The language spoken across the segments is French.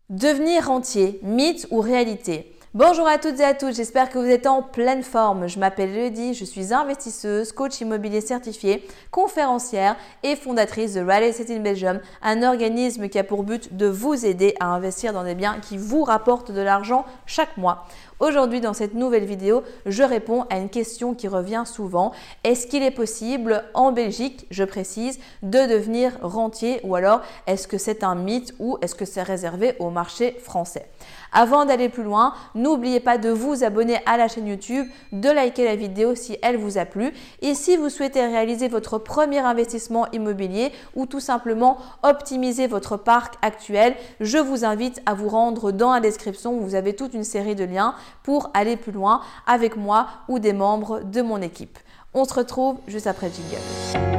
Devenir rentier, mythe ou réalité? Bonjour à toutes et à tous, j'espère que vous êtes en pleine forme. Je m'appelle Elodie, je suis investisseuse, coach immobilier certifiée, conférencière et fondatrice de Real Estate in Belgium, un organisme qui a pour but de vous aider à investir dans des biens qui vous rapportent de l'argent chaque mois. Aujourd'hui, dans cette nouvelle vidéo, je réponds à une question qui revient souvent. Est-ce qu'il est possible en Belgique, je précise, de devenir rentier ou alors est-ce que c'est un mythe ou est-ce que c'est réservé au marché français? Avant d'aller plus loin, n'oubliez pas de vous abonner à la chaîne YouTube, de liker la vidéo si elle vous a plu et si vous souhaitez réaliser votre premier investissement immobilier ou tout simplement optimiser votre parc actuel, je vous invite à vous rendre dans la description où vous avez toute une série de liens pour aller plus loin avec moi ou des membres de mon équipe. On se retrouve juste après le jingle.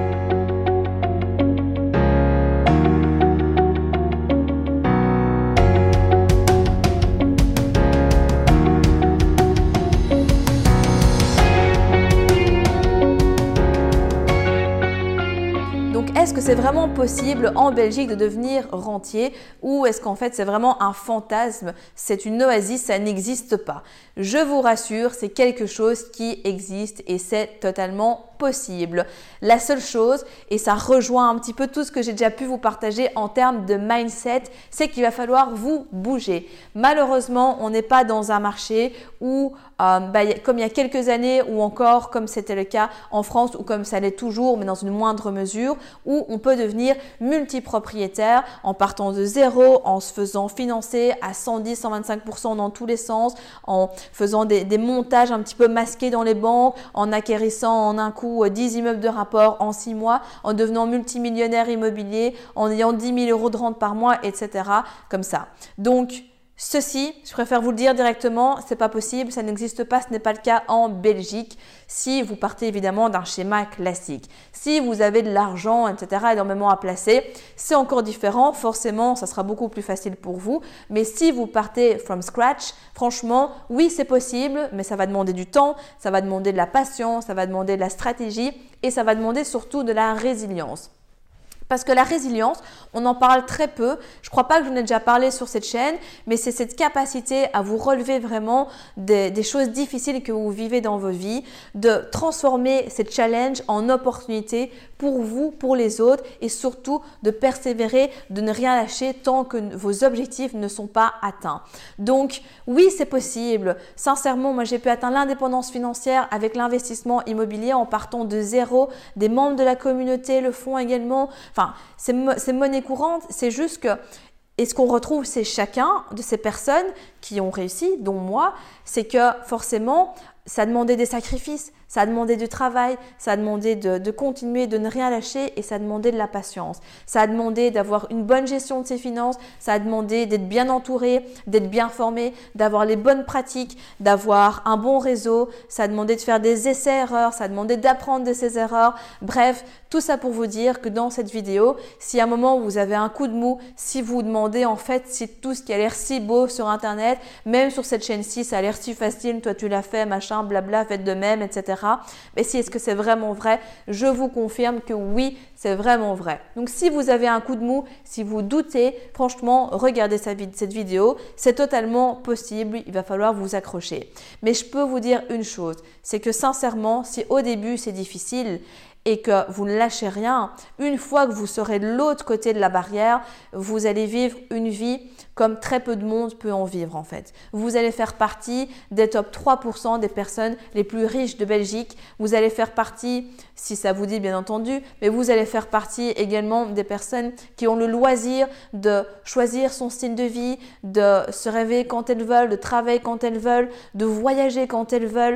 Est-ce que c'est vraiment possible en Belgique de devenir rentier ou est-ce qu'en fait c'est vraiment un fantasme, c'est une oasis, ça n'existe pas? Je vous rassure, c'est quelque chose qui existe et c'est totalement possible. La seule chose, et ça rejoint un petit peu tout ce que j'ai déjà pu vous partager en termes de mindset, c'est qu'il va falloir vous bouger. Malheureusement, on n'est pas dans un marché où, comme il y a quelques années ou encore comme c'était le cas en France ou comme ça l'est toujours, mais dans une moindre mesure, où on peut devenir multipropriétaire en partant de zéro, en se faisant financer à 110-125% dans tous les sens, en faisant des montages un petit peu masqués dans les banques, en acquérissant en un coup 10 immeubles de rapport en 6 mois, en devenant multimillionnaire immobilier, en ayant 10 000 € de rente par mois, etc. Comme ça. Donc, ceci, je préfère vous le dire directement, c'est pas possible, ça n'existe pas, ce n'est pas le cas en Belgique si vous partez évidemment d'un schéma classique. Si vous avez de l'argent, etc., énormément à placer, c'est encore différent, forcément, ça sera beaucoup plus facile pour vous. Mais si vous partez from scratch, franchement, oui, c'est possible, mais ça va demander du temps, ça va demander de la patience, ça va demander de la stratégie et ça va demander surtout de la résilience. Parce que la résilience, on en parle très peu. Je ne crois pas que je vous en ai déjà parlé sur cette chaîne, mais c'est cette capacité à vous relever vraiment des choses difficiles que vous vivez dans vos vies, de transformer ces challenges en opportunités pour vous, pour les autres et surtout de persévérer, de ne rien lâcher tant que vos objectifs ne sont pas atteints. Donc oui, c'est possible. Sincèrement, moi j'ai pu atteindre l'indépendance financière avec l'investissement immobilier en partant de zéro. Des membres de la communauté le font également. Enfin, c'est monnaie courante, c'est juste que, et ce qu'on retrouve, c'est chacun de ces personnes qui ont réussi, dont moi, c'est que forcément, ça a demandé des sacrifices, ça a demandé du travail, ça a demandé de continuer, de ne rien lâcher et ça a demandé de la patience. Ça a demandé d'avoir une bonne gestion de ses finances, ça a demandé d'être bien entouré, d'être bien formé, d'avoir les bonnes pratiques, d'avoir un bon réseau, ça a demandé de faire des essais-erreurs, ça a demandé d'apprendre de ses erreurs. Bref, tout ça pour vous dire que dans cette vidéo, si à un moment vous avez un coup de mou, si vous vous demandez en fait si tout ce qui a l'air si beau sur Internet, même sur cette chaîne-ci, ça a l'air si facile, toi tu l'as fait, machin, blabla, faites de même, etc. Mais si est-ce que c'est vraiment vrai? Je vous confirme que oui, c'est vraiment vrai. Donc si vous avez un coup de mou, si vous doutez, franchement, regardez cette vidéo. C'est totalement possible, il va falloir vous accrocher. Mais je peux vous dire une chose, c'est que sincèrement, si au début c'est difficile, et que vous ne lâchez rien, une fois que vous serez de l'autre côté de la barrière, vous allez vivre une vie comme très peu de monde peut en vivre en fait. Vous allez faire partie des top 3% des personnes les plus riches de Belgique. Vous allez faire partie, si ça vous dit bien entendu, mais vous allez faire partie également des personnes qui ont le loisir de choisir son style de vie, de se réveiller quand elles veulent, de travailler quand elles veulent, de voyager quand elles veulent,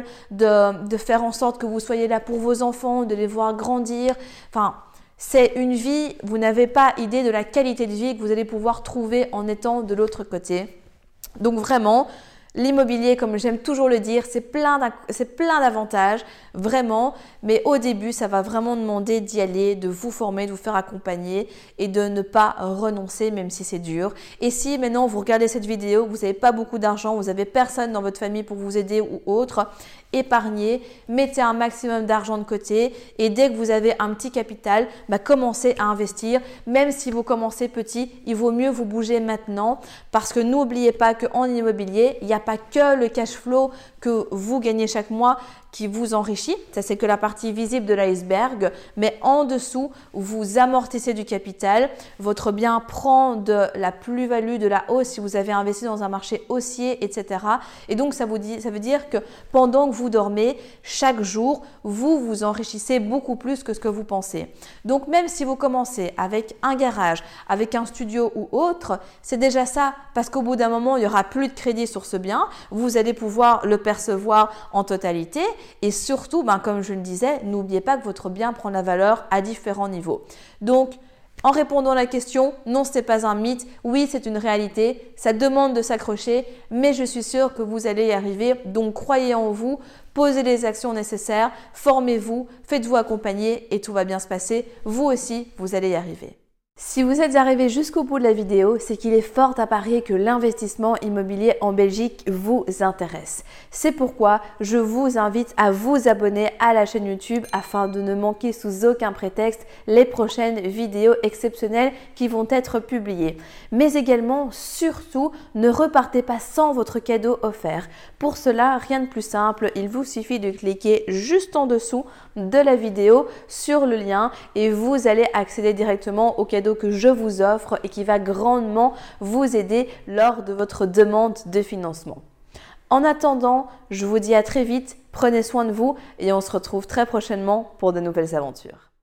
de faire en sorte que vous soyez là pour vos enfants, de les voir grandir. Enfin, c'est une vie, vous n'avez pas idée de la qualité de vie que vous allez pouvoir trouver en étant de l'autre côté. Donc vraiment, L'immobilier, comme j'aime toujours le dire, c'est plein d'avantages, vraiment. Mais au début, ça va vraiment demander d'y aller, de vous former, de vous faire accompagner et de ne pas renoncer, même si c'est dur. Et si maintenant vous regardez cette vidéo, vous n'avez pas beaucoup d'argent, vous n'avez personne dans votre famille pour vous aider ou autre, épargnez, mettez un maximum d'argent de côté et dès que vous avez un petit capital, commencez à investir. Même si vous commencez petit, il vaut mieux vous bouger maintenant parce que n'oubliez pas qu'en immobilier, il n'y a pas que le cash flow que vous gagnez chaque mois qui vous enrichit. Ça, c'est que la partie visible de l'iceberg. Mais en dessous, vous amortissez du capital. Votre bien prend de la plus-value, de la hausse si vous avez investi dans un marché haussier, etc. Et donc, ça veut dire que pendant que vous dormez, chaque jour, vous vous enrichissez beaucoup plus que ce que vous pensez. Donc, même si vous commencez avec un garage, avec un studio ou autre, c'est déjà ça parce qu'au bout d'un moment, il n'y aura plus de crédit sur ce bien. Vous allez pouvoir le percevoir en totalité. Et surtout, comme je le disais, n'oubliez pas que votre bien prend la valeur à différents niveaux. Donc, en répondant à la question, non, ce n'est pas un mythe. Oui, c'est une réalité. Ça demande de s'accrocher, mais je suis sûre que vous allez y arriver. Donc, croyez en vous, posez les actions nécessaires, formez-vous, faites-vous accompagner et tout va bien se passer. Vous aussi, vous allez y arriver. Si vous êtes arrivé jusqu'au bout de la vidéo, c'est qu'il est fort à parier que l'investissement immobilier en Belgique vous intéresse. C'est pourquoi je vous invite à vous abonner à la chaîne YouTube afin de ne manquer sous aucun prétexte les prochaines vidéos exceptionnelles qui vont être publiées. Mais également, surtout, ne repartez pas sans votre cadeau offert. Pour cela, rien de plus simple, il vous suffit de cliquer juste en dessous de la vidéo sur le lien et vous allez accéder directement au cadeau que je vous offre et qui va grandement vous aider lors de votre demande de financement. En attendant, je vous dis à très vite, prenez soin de vous et on se retrouve très prochainement pour de nouvelles aventures.